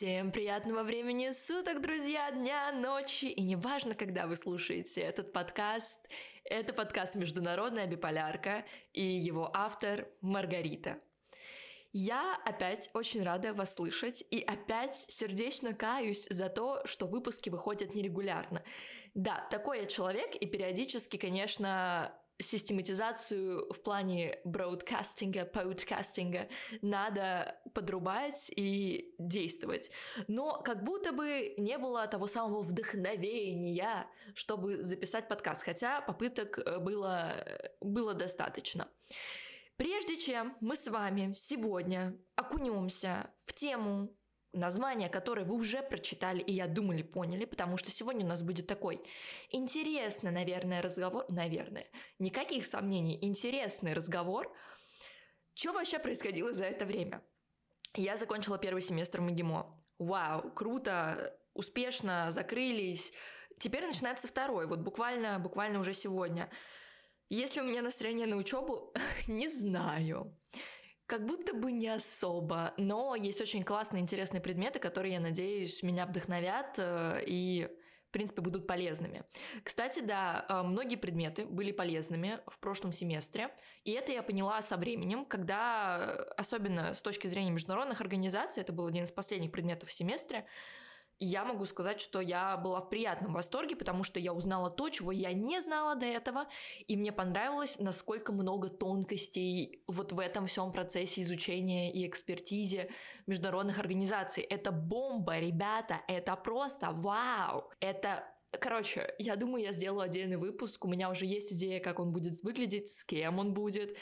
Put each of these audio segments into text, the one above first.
Всем приятного времени суток, друзья, дня, ночи. И неважно, когда вы слушаете этот подкаст, это подкаст «Международная биполярка» и его автор Маргарита. Я опять очень рада вас слышать и опять сердечно каюсь за то, что выпуски выходят нерегулярно. Да, такой я человек, и периодически, конечно, систематизацию в плане бродкастинга, подкастинга надо подрубать и действовать. Но как будто бы не было того самого вдохновения, чтобы записать подкаст, хотя попыток было достаточно. Прежде чем мы с вами сегодня окунемся в тему, название которое вы уже прочитали и, я думаю, поняли, потому что сегодня у нас будет такой интересный, наверное, разговор. Наверное, никаких сомнений, интересный разговор. Что вообще происходило за это время? Я закончила первый семестр МГИМО. Вау, круто, успешно закрылись. Теперь начинается второй, вот буквально уже сегодня. Если у меня настроение на учебу, не знаю. Как будто бы не особо, но есть очень классные, интересные предметы, которые, я надеюсь, меня вдохновят и, в принципе, будут полезными. Кстати, да, многие предметы были полезными в прошлом семестре, и это я поняла со временем, когда, особенно с точки зрения международных организаций, это был один из последних предметов в семестре, я могу сказать, что я была в приятном восторге, потому что я узнала то, чего я не знала до этого, и мне понравилось, насколько много тонкостей вот в этом всем процессе изучения и экспертизе международных организаций. Это бомба, ребята, это просто вау! Короче, я думаю, я сделаю отдельный выпуск, у меня уже есть идея, как он будет выглядеть, с кем он будет.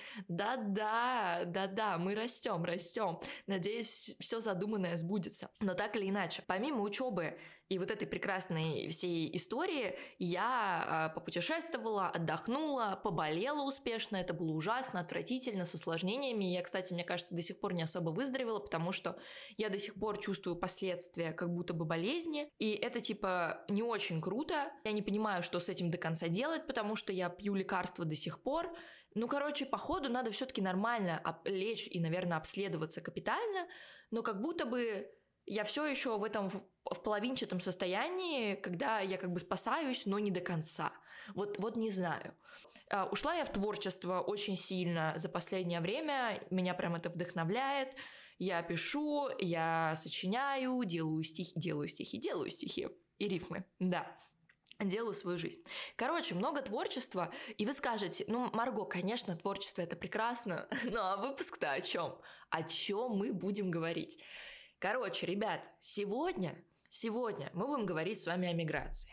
Да-да, мы растем. Надеюсь, все задуманное сбудется. Но так или иначе, помимо учебы и вот этой прекрасной всей истории, я попутешествовала, отдохнула, поболела успешно, это было ужасно, отвратительно, с осложнениями. Я, кстати, мне кажется, до сих пор не особо выздоровела, потому что я до сих пор чувствую последствия как будто бы болезни, и это типа не очень круто. Я не понимаю, что с этим до конца делать, потому что я пью лекарства до сих пор. Походу надо все-таки нормально лечь и, наверное, обследоваться капитально, но как будто бы я все еще в этом в половинчатом состоянии, когда я как бы спасаюсь, но не до конца. Вот не знаю. Ушла я в творчество очень сильно за последнее время, меня прям это вдохновляет. Я пишу, я сочиняю, делаю стихи и рифмы, да. Делаю свою жизнь. Короче, много творчества, и вы скажете, Марго, конечно, творчество это прекрасно, но выпуск-то о чем? О чем мы будем говорить? Короче, ребят, сегодня мы будем говорить с вами о миграции.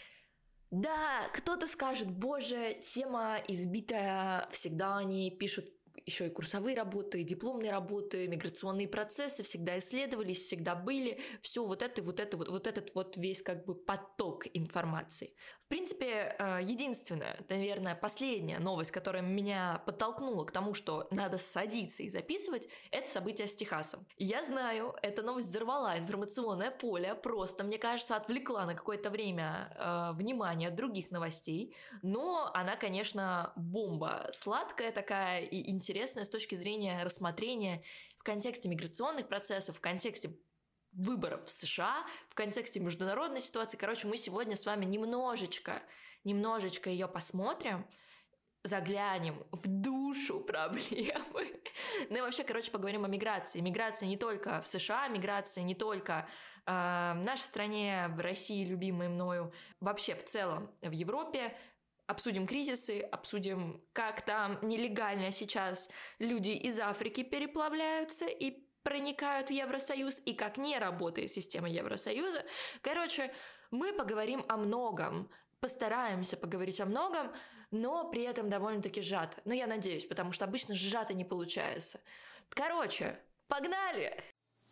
Да, кто-то скажет, боже, тема избитая, всегда они пишут еще и курсовые работы, и дипломные работы, миграционные процессы всегда исследовались, всегда были, все вот этот весь как бы поток информации. В принципе, единственная, наверное, последняя новость, которая меня подтолкнула к тому, что надо садиться и записывать, это событие с Техасом. Я знаю, эта новость взорвала информационное поле, просто, мне кажется, отвлекла на какое-то время внимание от других новостей, но она, конечно, бомба сладкая такая и интересная с точки зрения рассмотрения в контексте миграционных процессов, в контексте выборов в США, в контексте международной ситуации. Короче, мы сегодня с вами немножечко ее посмотрим, заглянем в душу проблемы. Ну и вообще, поговорим о миграции. Миграция не только в США, миграция не только в нашей стране, в России, любимой мною, вообще в целом в Европе. Обсудим кризисы, обсудим, как там нелегально сейчас люди из Африки переплавляются и проникают в Евросоюз, и как не работает система Евросоюза. Короче, мы поговорим о многом, постараемся поговорить о многом, но при этом довольно-таки сжато. Но я надеюсь, потому что обычно сжато не получается. Короче, погнали!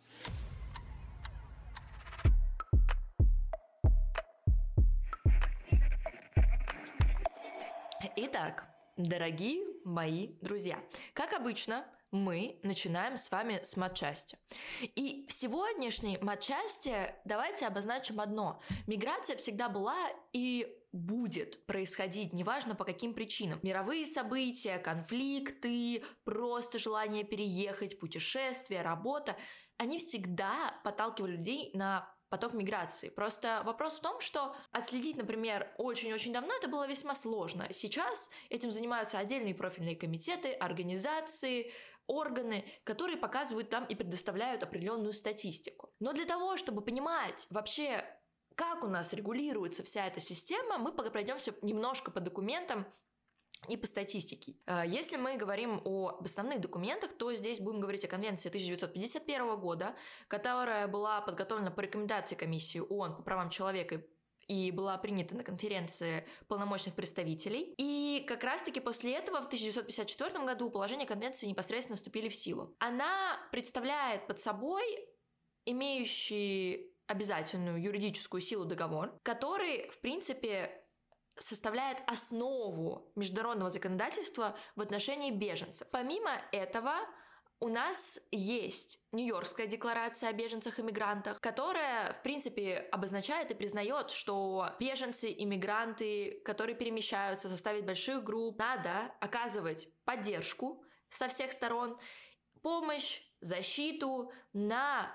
Итак, дорогие мои друзья, как обычно, мы начинаем с вами с матчасти. И в сегодняшней матчасти давайте обозначим одно. Миграция всегда была и будет происходить, неважно по каким причинам. Мировые события, конфликты, просто желание переехать, путешествия, работа. они всегда подталкивали людей на поток миграции. Просто вопрос в том, что отследить, например, очень-очень давно это было весьма сложно. Сейчас этим занимаются отдельные профильные комитеты, организации, органы, которые показывают там и предоставляют определенную статистику. Но для того, чтобы понимать вообще, как у нас регулируется вся эта система, мы пройдемся немножко по документам и по статистике. Если мы говорим об основных документах, то здесь будем говорить о Конвенции 1951 года, которая была подготовлена по рекомендации Комиссии ООН по правам человека и была принята на конференции полномочных представителей. И как раз-таки после этого в 1954 году положения Конвенции непосредственно вступили в силу. Она представляет под собой имеющий обязательную юридическую силу договор, который, в принципе, составляет основу международного законодательства в отношении беженцев. Помимо этого, у нас есть Нью-Йоркская декларация о беженцах и мигрантах, которая, в принципе, обозначает и признает, что беженцы и мигранты, которые перемещаются в составе больших групп, надо оказывать поддержку со всех сторон, помощь, защиту на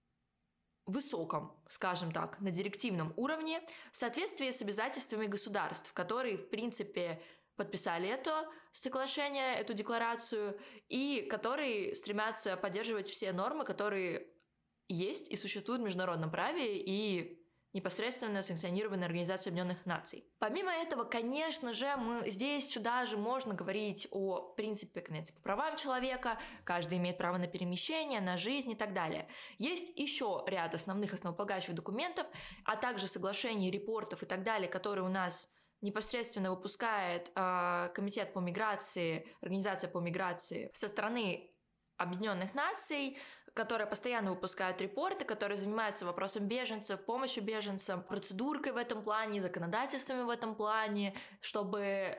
высоком, скажем так, на директивном уровне в соответствии с обязательствами государств, которые, в принципе, подписали это соглашение, эту декларацию, и которые стремятся поддерживать все нормы, которые есть и существуют в международном праве и непосредственно санкционированной Организацией Объединенных Наций. Помимо этого, конечно же, здесь сюда же можно говорить о принципе Конвенции по правам человека, каждый имеет право на перемещение, на жизнь и так далее. Есть еще ряд основных основополагающих документов, а также соглашений, репортов и так далее, которые у нас непосредственно выпускает Комитет по миграции, Организация по миграции со стороны Объединенных Наций, которые постоянно выпускают репорты, которые занимаются вопросом беженцев, помощью беженцам, процедуркой в этом плане, законодательствами в этом плане, чтобы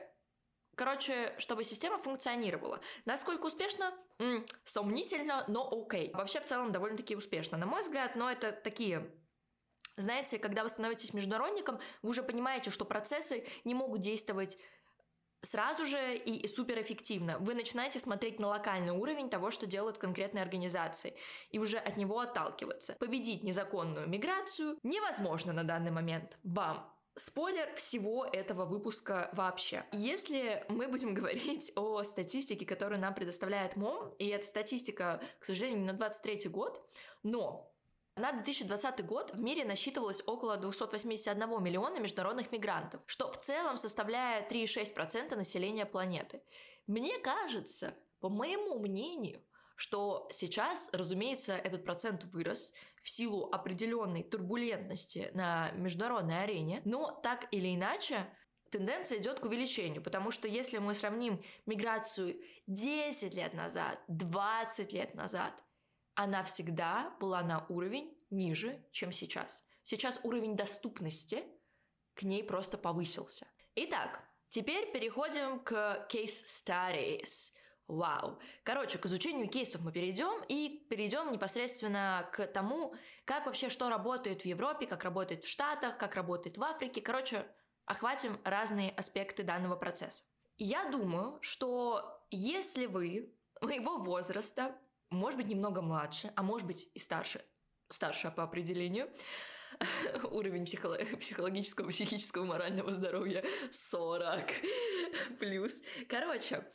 система функционировала. Насколько успешно? Сомнительно, но окей. Вообще, в целом, довольно-таки успешно, на мой взгляд, но это такие... Знаете, когда вы становитесь международником, вы уже понимаете, что процессы не могут действовать сразу же и суперэффективно. Вы начинаете смотреть на локальный уровень того, что делают конкретные организации, и уже от него отталкиваться. Победить незаконную миграцию невозможно на данный момент. Бам! Спойлер всего этого выпуска вообще. Если мы будем говорить о статистике, которую нам предоставляет МОМ, и эта статистика, к сожалению, не на 23 год, но на 2020 год в мире насчитывалось около 281 миллиона международных мигрантов, что в целом составляет 3,6% населения планеты. Мне кажется, по моему мнению, что сейчас, разумеется, этот процент вырос в силу определенной турбулентности на международной арене, но так или иначе тенденция идет к увеличению, потому что если мы сравним миграцию 10 лет назад, 20 лет назад, она всегда была на уровень ниже, чем сейчас. Сейчас уровень доступности к ней просто повысился. Итак, теперь переходим к case studies. Вау. Короче, к изучению кейсов мы перейдем непосредственно к тому, как вообще что работает в Европе, как работает в Штатах, как работает в Африке. Короче, охватим разные аспекты данного процесса. Я думаю, что если вы моего возраста, может быть, немного младше, а может быть и старше по определению, уровень психологического, психического, морального здоровья 40 плюс. Короче,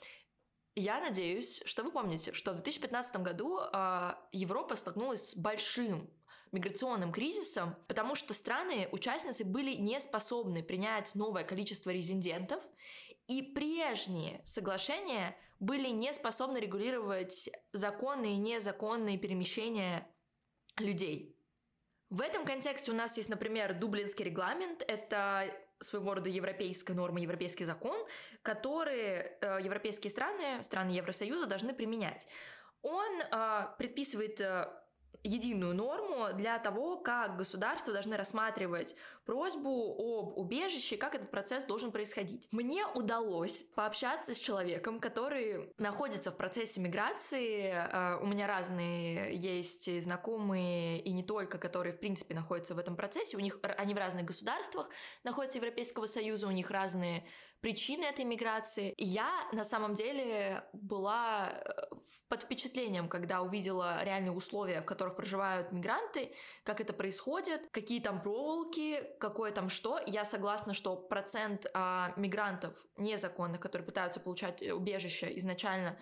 я надеюсь, что вы помните, что в 2015 году Европа столкнулась с большим миграционным кризисом, потому что страны-участницы были не способны принять новое количество резидентов, и прежние соглашения были не способны регулировать законные и незаконные перемещения людей. В этом контексте у нас есть, например, Дублинский регламент. Это своего рода европейская норма, европейский закон, который европейские страны Евросоюза должны применять. Он предписывает единую норму для того, как государства должны рассматривать просьбу об убежище, как этот процесс должен происходить. Мне удалось пообщаться с человеком, который находится в процессе миграции. У меня разные есть знакомые, и не только, которые, в принципе, находятся в этом процессе. Они в разных государствах находятся Европейского Союза, у них разные причины этой миграции. И я, на самом деле, была в под впечатлением, когда увидела реальные условия, в которых проживают мигранты, как это происходит, какие там проволоки, какое там что. Я согласна, что процент мигрантов незаконных, которые пытаются получать убежище изначально,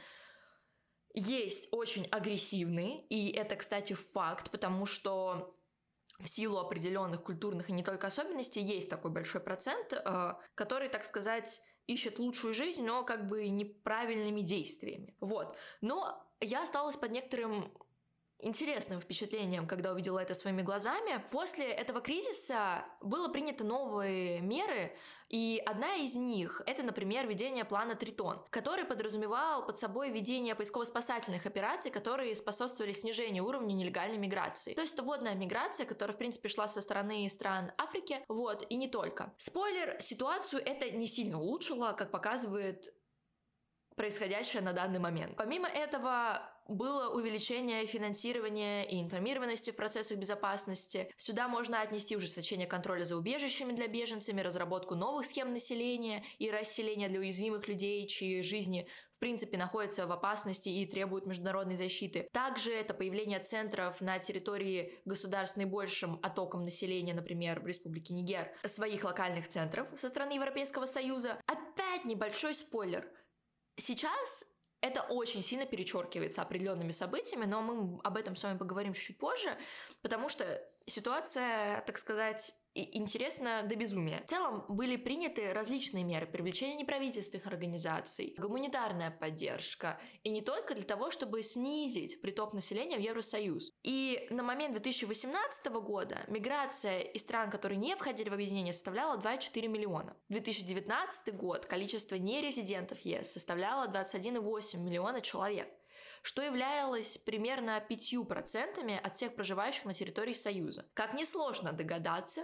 есть очень агрессивный, и это, кстати, факт, потому что в силу определенных культурных и не только особенностей есть такой большой процент, который, так сказать, ищет лучшую жизнь, но как бы неправильными действиями. Вот. Но я осталась под некоторым интересным впечатлением, когда увидела это своими глазами. После этого кризиса было принято новые меры, и одна из них — это, например, введение плана Тритон, который подразумевал под собой введение поисково-спасательных операций, которые способствовали снижению уровня нелегальной миграции. То есть это водная миграция, которая, в принципе, шла со стороны стран Африки, вот, и не только. Спойлер, ситуацию это не сильно улучшило, как показывает происходящее на данный момент. Помимо этого, было увеличение финансирования и информированности в процессах безопасности. Сюда можно отнести ужесточение контроля за убежищами для беженцами, разработку новых схем населения и расселения для уязвимых людей, чьи жизни в принципе находятся в опасности и требуют международной защиты. Также это появление центров на территории государств с наибольшим оттоком населения, например, в Республике Нигер, своих локальных центров со стороны Европейского Союза. Опять небольшой спойлер. Сейчас это очень сильно перечеркивается определенными событиями, но мы об этом с вами поговорим чуть-чуть позже, потому что ситуация, так сказать, интересна до безумия. В целом были приняты различные меры: привлечение неправительственных организаций, гуманитарная поддержка, и не только для того, чтобы снизить приток населения в Евросоюз. И на момент 2018 года миграция из стран, которые не входили в объединение, составляла 2,4 миллиона. В 2019 год количество нерезидентов ЕС составляло 21,8 миллиона человек, что являлось примерно 5% от всех проживающих на территории Союза. Как несложно догадаться,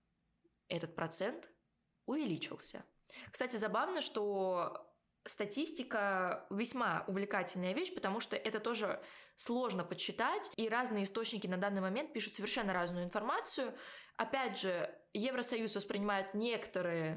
этот процент увеличился. Кстати, забавно, что статистика весьма увлекательная вещь, потому что это тоже сложно подсчитать, и разные источники на данный момент пишут совершенно разную информацию. Опять же, Евросоюз воспринимает некоторых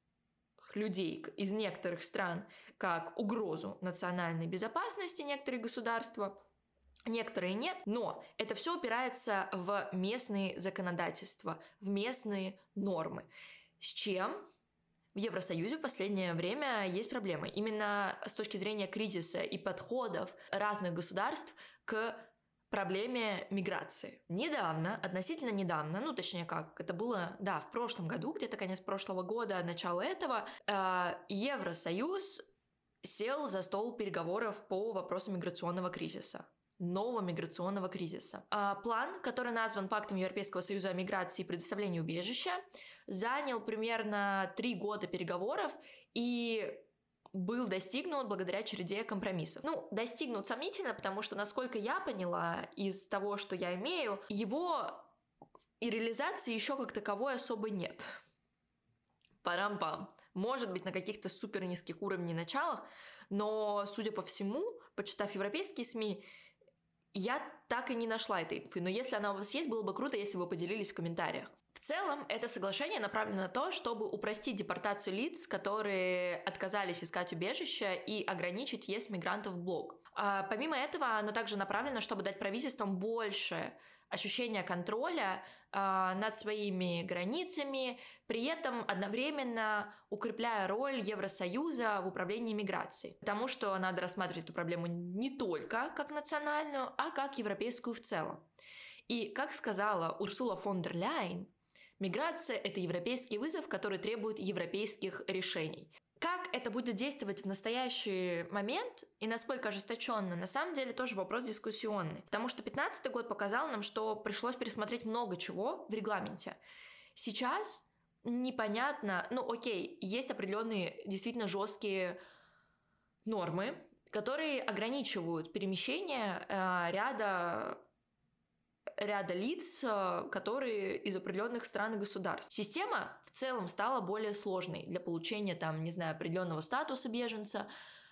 людей из некоторых стран как угрозу национальной безопасности некоторых государства, некоторые нет, но это все упирается в местные законодательства, в местные нормы, с чем в Евросоюзе в последнее время есть проблемы. Именно с точки зрения кризиса и подходов разных государств к проблеме миграции. Недавно, относительно недавно, ну точнее как, это было, да, в прошлом году, где-то конец прошлого года, начало этого, Евросоюз сел за стол переговоров по вопросу миграционного кризиса. Нового миграционного кризиса. План, который назван Пактом Европейского Союза о миграции и предоставлении убежища, занял примерно 3 года переговоров и был достигнут благодаря череде компромиссов. Ну, достигнут сомнительно, потому что, насколько я поняла из того, что я имею, его и реализации еще как таковой особо нет. Парам-пам. Может быть, на каких-то супер низких уровнях началах, но, судя по всему, почитав европейские СМИ, я так и не нашла этой инфы, но если она у вас есть, было бы круто, если бы вы поделились в комментариях. В целом, это соглашение направлено на то, чтобы упростить депортацию лиц, которые отказались искать убежище, и ограничить въезд мигрантов в блок. Помимо этого, оно также направлено, чтобы дать правительствам больше ощущения контроля над своими границами, при этом одновременно укрепляя роль Евросоюза в управлении миграцией. Потому что надо рассматривать эту проблему не только как национальную, а как европейскую в целом. И, как сказала Урсула фон дер Ляйен, миграция – это европейский вызов, который требует европейских решений. Как это будет действовать в настоящий момент и насколько ожесточенно, на самом деле тоже вопрос дискуссионный. Потому что 2015 год показал нам, что пришлось пересмотреть много чего в регламенте. Сейчас непонятно, ну окей, есть определенные действительно жесткие нормы, которые ограничивают перемещение ряда лиц, которые из определенных стран и государств. Система в целом стала более сложной для получения, там, не знаю, определенного статуса беженца,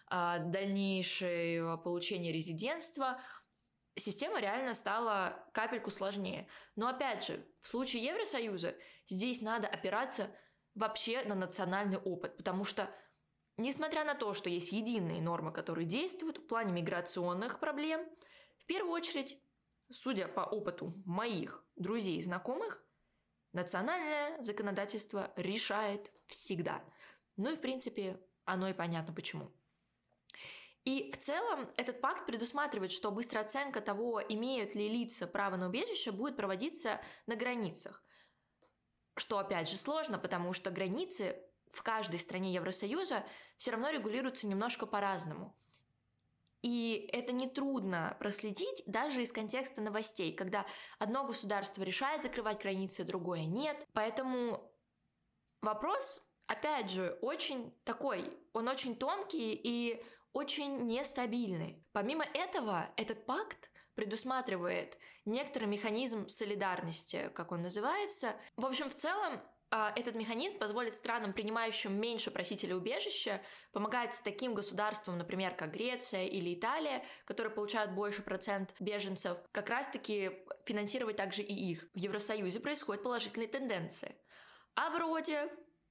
дальнейшее получение резидентства. Система реально стала капельку сложнее. Но опять же, в случае Евросоюза здесь надо опираться вообще на национальный опыт, потому что Несмотря на то, что есть единые нормы, которые действуют в плане миграционных проблем, в первую очередь, судя по опыту моих друзей и знакомых, национальное законодательство решает всегда. Ну и, в принципе, оно и понятно почему. И в целом этот пакт предусматривает, что быстрая оценка того, имеют ли лица право на убежище, будет проводиться на границах. Что, опять же, сложно, потому что границы в каждой стране Евросоюза все равно регулируются немножко по-разному. И это нетрудно проследить даже из контекста новостей, когда одно государство решает закрывать границы, другое нет. Поэтому вопрос, опять же, очень такой, он очень тонкий и очень нестабильный. Помимо этого, этот пакт предусматривает некоторый механизм солидарности, как он называется. В общем, в целом, этот механизм позволит странам, принимающим меньше просителей убежища, помогать таким государствам, например, как Греция или Италия, которые получают больше процент беженцев, как раз-таки финансировать также и их. В Евросоюзе происходят положительные тенденции. А вроде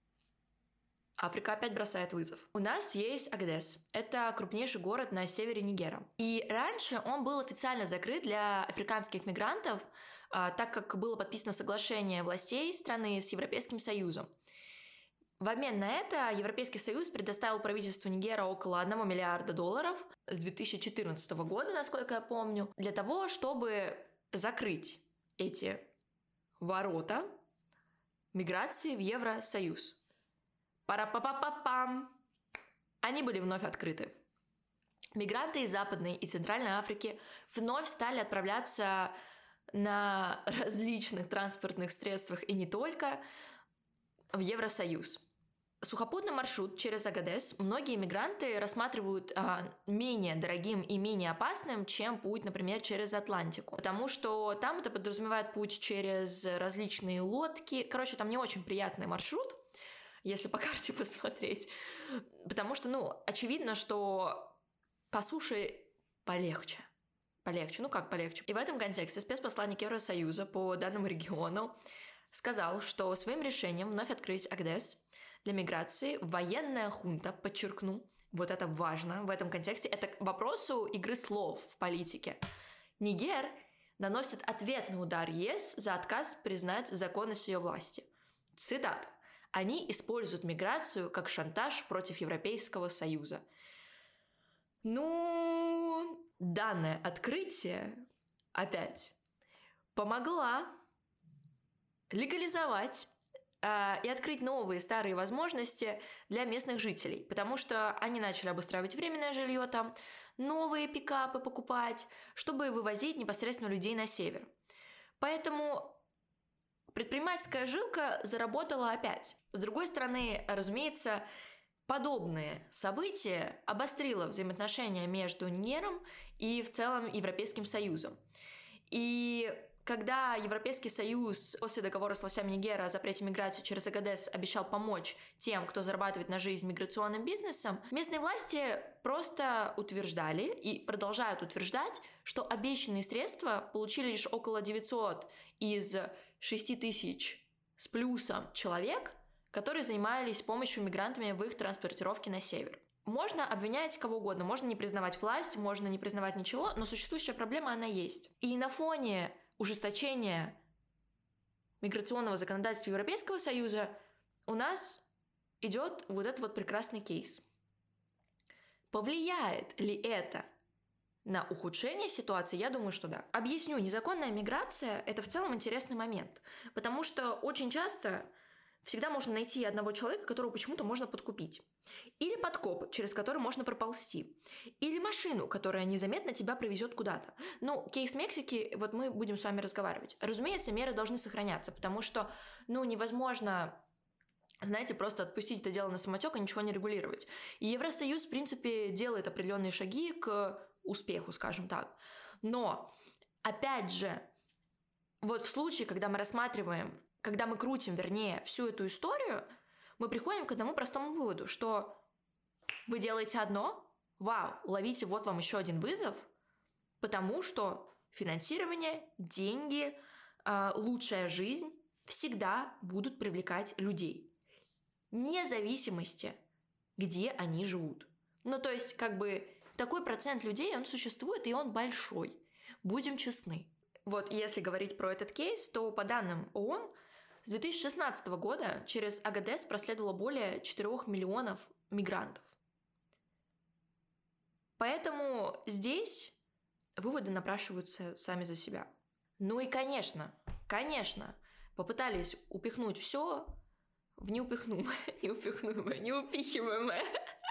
Африка опять бросает вызов. У нас есть Агадес. Это крупнейший город на севере Нигера. И раньше он был официально закрыт для африканских мигрантов, так как было подписано соглашение властей страны с Европейским Союзом. В обмен на это Европейский Союз предоставил правительству Нигера около $1 миллиарда с 2014 года, насколько я помню, для того, чтобы закрыть эти ворота миграции в Евросоюз. Пара-па-па-па-пам! Они были вновь открыты. Мигранты из Западной и Центральной Африки вновь стали отправляться на различных транспортных средствах и не только в Евросоюз. Сухопутный маршрут через Агадес многие мигранты рассматривают менее дорогим и менее опасным, чем путь, например, через Атлантику. Потому что там это подразумевает путь через различные лодки. Короче, там не очень приятный маршрут, если по карте посмотреть. Потому что, очевидно, что по суше полегче. Полегче. Как полегче? И в этом контексте спецпосланник Евросоюза по данному региону сказал, что своим решением вновь открыть Агадес для миграции военная хунта, подчеркну, вот это важно в этом контексте, это к вопросу игры слов в политике. Нигер наносит ответный удар ЕС за отказ признать законность ее власти. Цитата. Они используют миграцию как шантаж против Европейского Союза. Данное открытие, опять, помогла легализовать и открыть новые старые возможности для местных жителей, потому что они начали обустраивать временное жилье там, новые пикапы покупать, чтобы вывозить непосредственно людей на север. Поэтому предпринимательская жилка заработала опять. С другой стороны, разумеется, подобные события обострило взаимоотношения между Нигером и в целом Европейским Союзом. И когда Европейский Союз после договора с властями Нигера о запрете миграции через Агадес обещал помочь тем, кто зарабатывает на жизнь миграционным бизнесом, местные власти просто утверждали и продолжают утверждать, что обещанные средства получили лишь около 900 из 6000 с плюсом человек, которые занимались помощью мигрантами в их транспортировке на север. Можно обвинять кого угодно, можно не признавать власть, можно не признавать ничего, но существующая проблема, она есть. И на фоне ужесточения миграционного законодательства Европейского Союза у нас идет вот этот вот прекрасный кейс. Повлияет ли это на ухудшение ситуации? Я думаю, что да. Объясню, незаконная миграция – это в целом интересный момент, потому что очень часто всегда можно найти одного человека, которого почему-то можно подкупить. Или подкоп, через который можно проползти. Или машину, которая незаметно тебя привезет куда-то. Кейс Мексики, вот мы будем с вами разговаривать. Разумеется, меры должны сохраняться, потому что, невозможно, знаете, просто отпустить это дело на самотек и ничего не регулировать. И Евросоюз, в принципе, делает определенные шаги к успеху, скажем так. Но, опять же, вот в случае, когда мы рассматриваем, когда мы крутим, всю эту историю, мы приходим к одному простому выводу, что вы делаете одно, вау, ловите, вот вам еще один вызов, потому что финансирование, деньги, лучшая жизнь всегда будут привлекать людей. Вне зависимости где они живут. Ну, то есть, как бы, такой процент людей, он существует, и он большой. Будем честны. Вот если говорить про этот кейс, то по данным ООН, с 2016 года через Агадес проследовало более 4 миллионов мигрантов. Поэтому здесь выводы напрашиваются сами за себя. Ну и, конечно, попытались упихнуть все в неупихиваемое.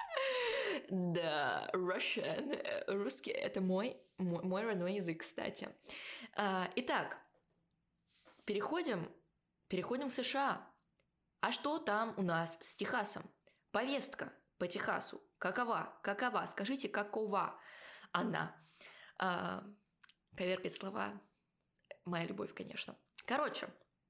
Да, Russian. Русский — это мой родной язык, кстати. Итак, переходим к США. А что там у нас с Техасом? Повестка по Техасу. Какова? Скажите, какова она? Коверкать слова — моя любовь, конечно. Короче,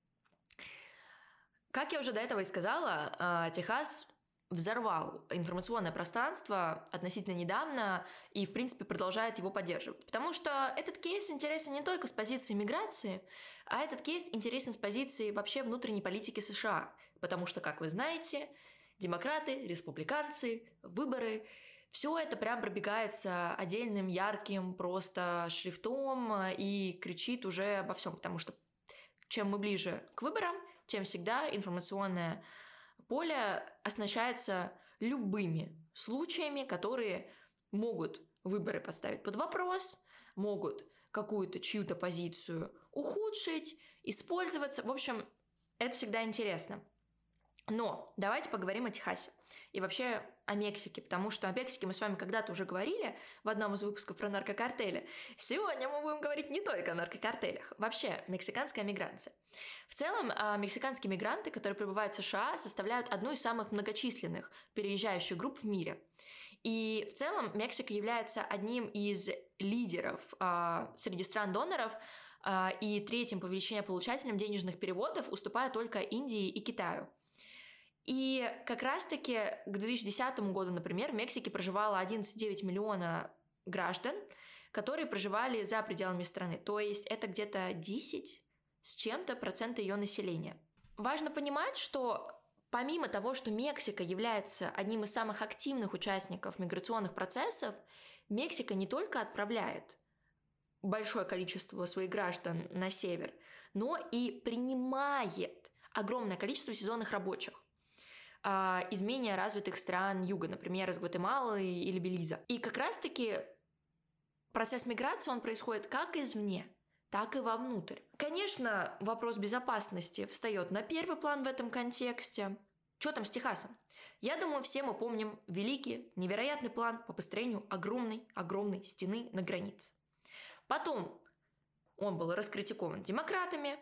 как я уже до этого и сказала, Техас взорвал информационное пространство относительно недавно и, в принципе, продолжает его поддерживать. Потому что этот кейс интересен не только с позиции миграции, а этот кейс интересен с позиции вообще внутренней политики США. Потому что, как вы знаете, демократы, республиканцы, выборы — все это прям пробегается отдельным ярким просто шрифтом и кричит уже обо всем. Потому что чем мы ближе к выборам, тем всегда информационное поле оснащается любыми случаями, которые могут выборы поставить под вопрос, могут какую-то чью-то позицию ухудшить, использоваться. В общем, это всегда интересно. Но давайте поговорим о Техасе и вообще о Мексике, потому что о Мексике мы с вами когда-то уже говорили в одном из выпусков про наркокартели. Сегодня мы будем говорить не только о наркокартелях, вообще мексиканская миграция. В целом, мексиканские мигранты, которые прибывают в США, составляют одну из самых многочисленных переезжающих групп в мире. И в целом Мексика является одним из лидеров среди стран-доноров и третьим по величине получателем денежных переводов, уступая только Индии и Китаю. И как раз-таки к 2010 году, например, в Мексике проживало 11,9 миллиона граждан, которые проживали за пределами страны. То есть это где-то 10 с чем-то процента ее населения. Важно понимать, что помимо того, что Мексика является одним из самых активных участников миграционных процессов, Мексика не только отправляет большое количество своих граждан на север, но и принимает огромное количество сезонных рабочих из менее развитых стран юга, например, из Гватемалы или Белиза. И как раз-таки процесс миграции, он происходит как извне, так и вовнутрь. Конечно, вопрос безопасности встает на первый план в этом контексте. Что там с Техасом? Я думаю, все мы помним великий, невероятный план по построению огромной стены на границе. Потом он был раскритикован демократами,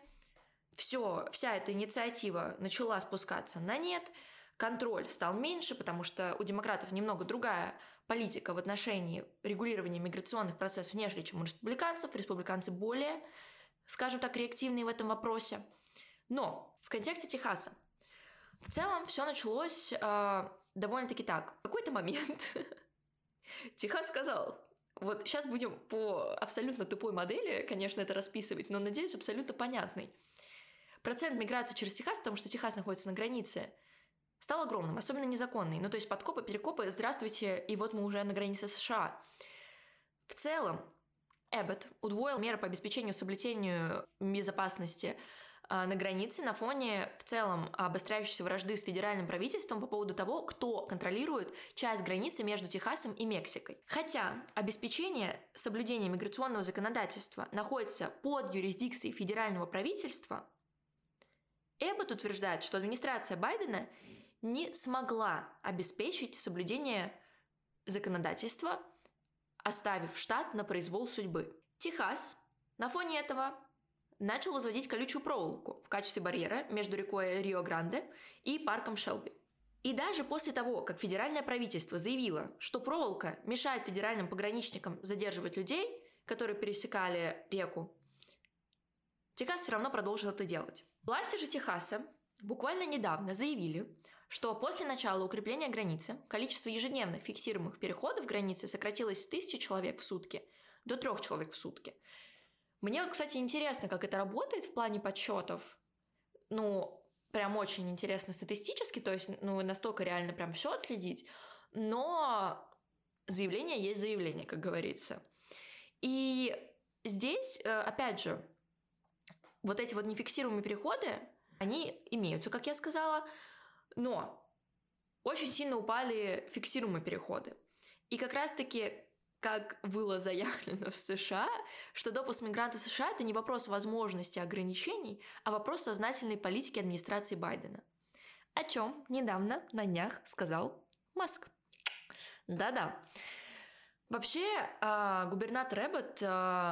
вся эта инициатива начала спускаться на нет, контроль стал меньше, потому что у демократов немного другая политика в отношении регулирования миграционных процессов, нежели чем у республиканцев. Республиканцы более, скажем так, реактивные в этом вопросе. Но в контексте Техаса в целом все началось довольно-таки так. В какой-то момент Техас сказал: вот сейчас будем по абсолютно тупой модели, конечно, это расписывать, но, надеюсь, абсолютно понятной. Процент миграции через Техас, потому что Техас находится на границе, стал огромным, особенно незаконный. Ну, то есть подкопы, перекопы, здравствуйте, и вот мы уже на границе США. В целом, Эббот удвоил меры по обеспечению соблюдению безопасности на границе на фоне в целом обостряющейся вражды с федеральным правительством по поводу того, кто контролирует часть границы между Техасом и Мексикой. Хотя обеспечение соблюдения миграционного законодательства находится под юрисдикцией федерального правительства, Эббот утверждает, что администрация Байдена не смогла обеспечить соблюдение законодательства, оставив штат на произвол судьбы. Техас на фоне этого начал возводить колючую проволоку в качестве барьера между рекой Рио-Гранде и парком Шелби. И даже после того, как федеральное правительство заявило, что проволока мешает федеральным пограничникам задерживать людей, которые пересекали реку, Техас все равно продолжил это делать. Власти же Техаса буквально недавно заявили, что после начала укрепления границы количество ежедневных фиксируемых переходов границы сократилось с 1000 человек в сутки до 3 человек в сутки. Мне вот, кстати, интересно, как это работает в плане подсчетов. Ну, прям очень интересно статистически, то есть, настолько реально прям все отследить, но заявление есть заявление, как говорится. И здесь, опять же, вот эти вот нефиксируемые переходы, они имеются, как я сказала, но очень сильно упали фиксируемые переходы. И как раз-таки, как было заявлено в США, что допуск мигрантов в США – это не вопрос возможности ограничений, а вопрос сознательной политики администрации Байдена. О чем недавно на днях сказал Маск. Да-да. Вообще, губернатор Эббот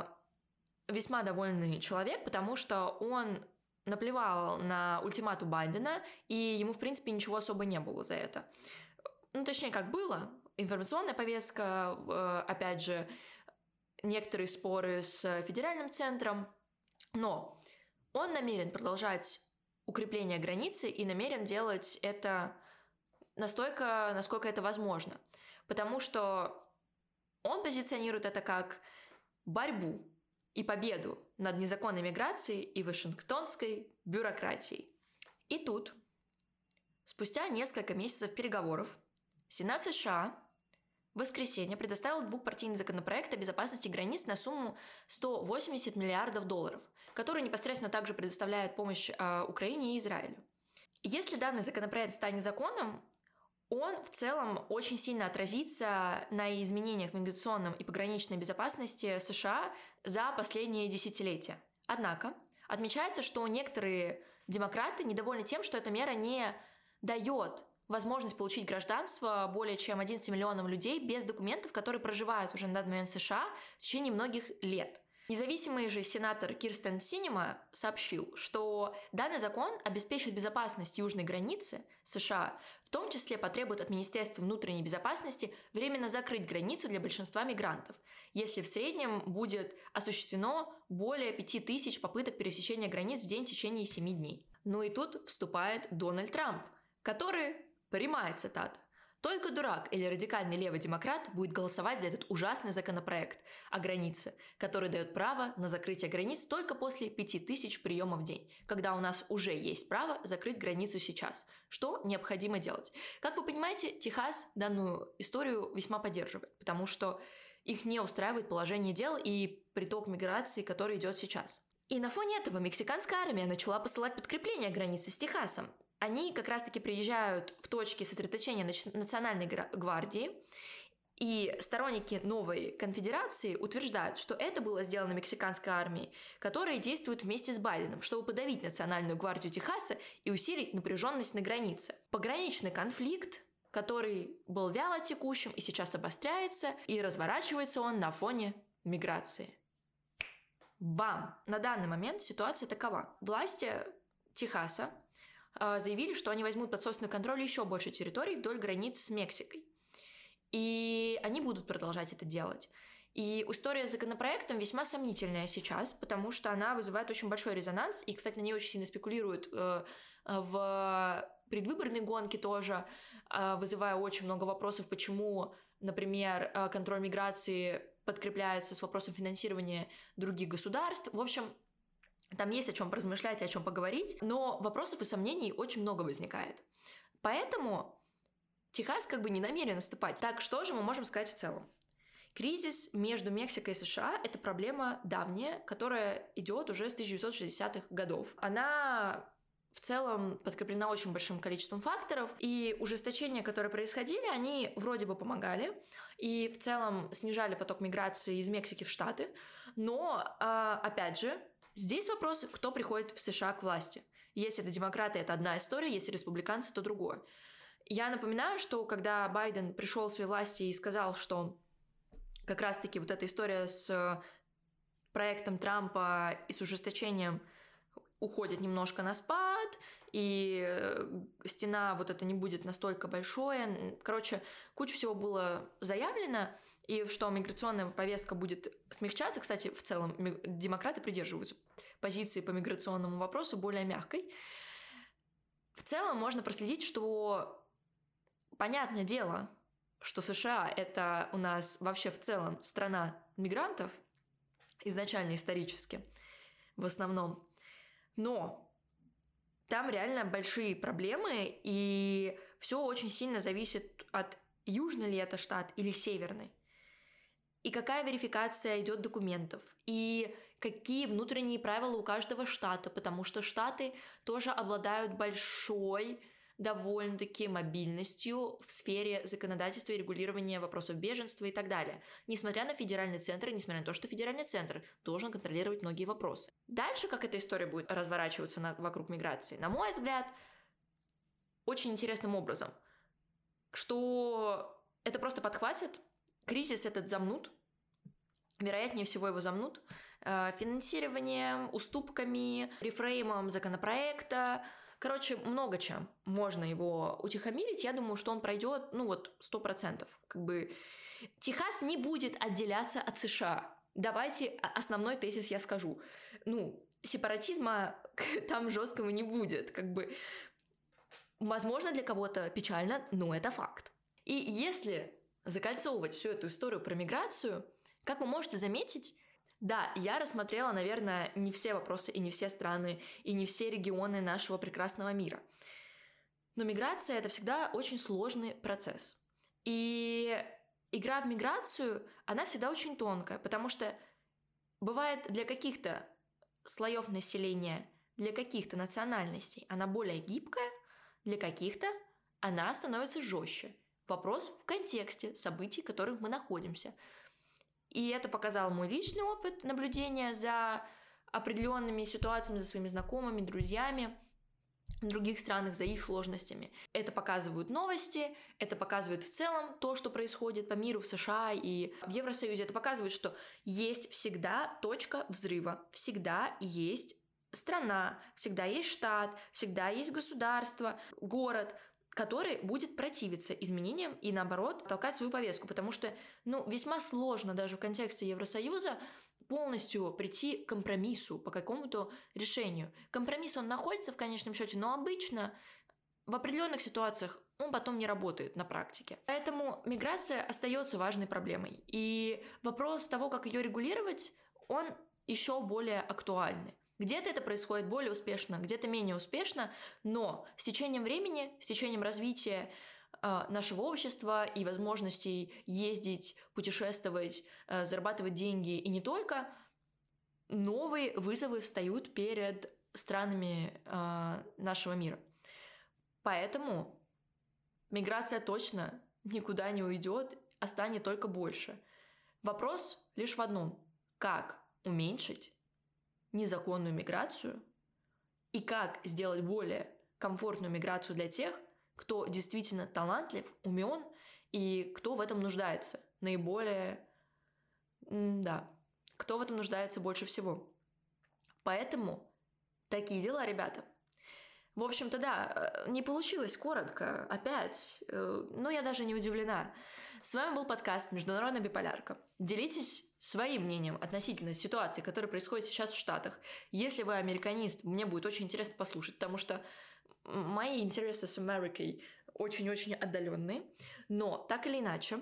весьма довольный человек, потому что он наплевал на ультиматум Байдена, и ему, в принципе, ничего особо не было за это. Точнее, как было. Информационная повестка, опять же, некоторые споры с федеральным центром, но он намерен продолжать укрепление границы и намерен делать это настолько, насколько это возможно. Потому что он позиционирует это как борьбу и победу над незаконной миграцией и вашингтонской бюрократией. И тут, спустя несколько месяцев переговоров, Сенат США в воскресенье предоставил двухпартийный законопроект о безопасности границ на сумму $180 миллиардов, который непосредственно также предоставляет помощь Украине и Израилю. Если данный законопроект станет законом, он в целом очень сильно отразится на изменениях в миграционном и пограничной безопасности США за последние десятилетия. Однако отмечается, что некоторые демократы недовольны тем, что эта мера не дает возможность получить гражданство более чем 11 миллионам людей без документов, которые проживают уже на данный момент в США в течение многих лет. Независимый же сенатор Кирстен Синема сообщил, что данный закон обеспечит безопасность южной границы США, в том числе потребует от Министерства внутренней безопасности временно закрыть границу для большинства мигрантов, если в среднем будет осуществлено более 5000 попыток пересечения границ в день в течение 7 дней. Ну и тут вступает Дональд Трамп, который, прямая цитата, «Только дурак или радикальный левый демократ будет голосовать за этот ужасный законопроект о границе, который дает право на закрытие границ только после 5000 приемов в день, когда у нас уже есть право закрыть границу сейчас, что необходимо делать». Как вы понимаете, Техас данную историю весьма поддерживает, потому что их не устраивает положение дел и приток миграции, который идет сейчас. И на фоне этого мексиканская армия начала посылать подкрепление границы с Техасом. Они как раз-таки приезжают в точки сосредоточения Национальной гвардии, и сторонники новой конфедерации утверждают, что это было сделано мексиканской армией, которая действует вместе с Байденом, чтобы подавить Национальную гвардию Техаса и усилить напряженность на границе. Пограничный конфликт, который был вяло текущим и сейчас обостряется, и разворачивается он на фоне миграции. Бам! На данный момент ситуация такова. Власти Техаса заявили, что они возьмут под собственный контроль еще больше территорий вдоль границ с Мексикой. И они будут продолжать это делать. И история с законопроектом весьма сомнительная сейчас, потому что она вызывает очень большой резонанс, и, кстати, на ней очень сильно спекулируют в предвыборной гонке тоже, вызывая очень много вопросов, почему, например, контроль миграции подкрепляется с вопросом финансирования других государств. В общем, там есть о чем поразмышлять и о чем поговорить, но вопросов и сомнений очень много возникает. Поэтому Техас как бы не намерен наступать. Так, что же мы можем сказать в целом? Кризис между Мексикой и США – это проблема давняя, которая идет уже с 1960-х годов. Она в целом подкреплена очень большим количеством факторов, и ужесточения, которые происходили, они вроде бы помогали, и в целом снижали поток миграции из Мексики в Штаты, но, опять же, здесь вопрос, кто приходит в США к власти. Если это демократы, это одна история, если республиканцы, то другое. Я напоминаю, что когда Байден пришел к своей власти и сказал, что как раз-таки вот эта история с проектом Трампа и с ужесточением уходит немножко на спад, и стена вот эта не будет настолько большой. Короче, куча всего было заявлено, и что миграционная повестка будет смягчаться. Кстати, в целом демократы придерживаются позиции по миграционному вопросу более мягкой. В целом можно проследить, что понятное дело, что США – это у нас вообще в целом страна мигрантов, изначально исторически, в основном. Но Там реально большие проблемы, и все очень сильно зависит от южный ли это штат или северный. И какая верификация идет документов, и какие внутренние правила у каждого штата, потому что штаты тоже обладают большой довольно-таки мобильностью в сфере законодательства и регулирования вопросов беженства и так далее. Несмотря на федеральный центр, и несмотря на то, что федеральный центр должен контролировать многие вопросы. Дальше, как эта история будет разворачиваться вокруг миграции, на мой взгляд, очень интересным образом, что это просто подхватит, кризис этот замнут, вероятнее всего его замнут, финансированием, уступками, рефреймом законопроекта. Короче, много чем можно его утихомирить. Я думаю, что он пройдет, 100%. Техас не будет отделяться от США. Давайте основной тезис я скажу. Сепаратизма там жесткого не будет. Возможно, для кого-то печально, но это факт. И если закольцовывать всю эту историю про миграцию, как вы можете заметить, да, я рассмотрела, наверное, не все вопросы и не все страны, и не все регионы нашего прекрасного мира. Но миграция – это всегда очень сложный процесс. И игра в миграцию, она всегда очень тонкая, потому что бывает для каких-то слоев населения, для каких-то национальностей она более гибкая, для каких-то она становится жестче. Вопрос в контексте событий, в которых мы находимся. И это показал мой личный опыт наблюдения за определенными ситуациями, за своими знакомыми, друзьями в других странах, за их сложностями. Это показывают новости, это показывает в целом то, что происходит по миру в США и в Евросоюзе. Это показывает, что есть всегда точка взрыва, всегда есть страна, всегда есть штат, всегда есть государство, город, который будет противиться изменениям и, наоборот, толкать свою повестку, потому что, весьма сложно даже в контексте Евросоюза полностью прийти к компромиссу по какому-то решению. Компромисс, он находится в конечном счете, но обычно в определенных ситуациях он потом не работает на практике. Поэтому миграция остается важной проблемой. И вопрос того, как ее регулировать, он еще более актуальный. Где-то это происходит более успешно, где-то менее успешно, но с течением времени, с течением развития нашего общества и возможностей ездить, путешествовать, зарабатывать деньги и не только, новые вызовы встают перед странами нашего мира. Поэтому миграция точно никуда не уйдет, а станет только больше. Вопрос лишь в одном: как уменьшить незаконную миграцию и как сделать более комфортную миграцию для тех, кто действительно талантлив, умен и кто в этом нуждается наиболее, кто в этом нуждается больше всего. Поэтому такие дела, ребята. В общем-то, да, не получилось коротко, опять, но я даже не удивлена. С вами был подкаст «Международная биполярка». Делитесь своим мнением относительно ситуации, которая происходит сейчас в Штатах. Если вы американист, мне будет очень интересно послушать, потому что мои интересы с Америкой очень-очень отдаленные. Но так или иначе,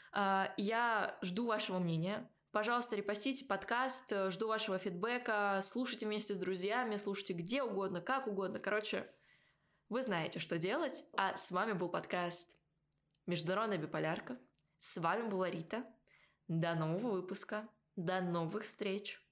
я жду вашего мнения. Пожалуйста, репостите подкаст, жду вашего фидбэка, слушайте вместе с друзьями, слушайте где угодно, как угодно. Короче, вы знаете, что делать. А с вами был подкаст «Международная биполярка». С вами была Рита. До нового выпуска. До новых встреч.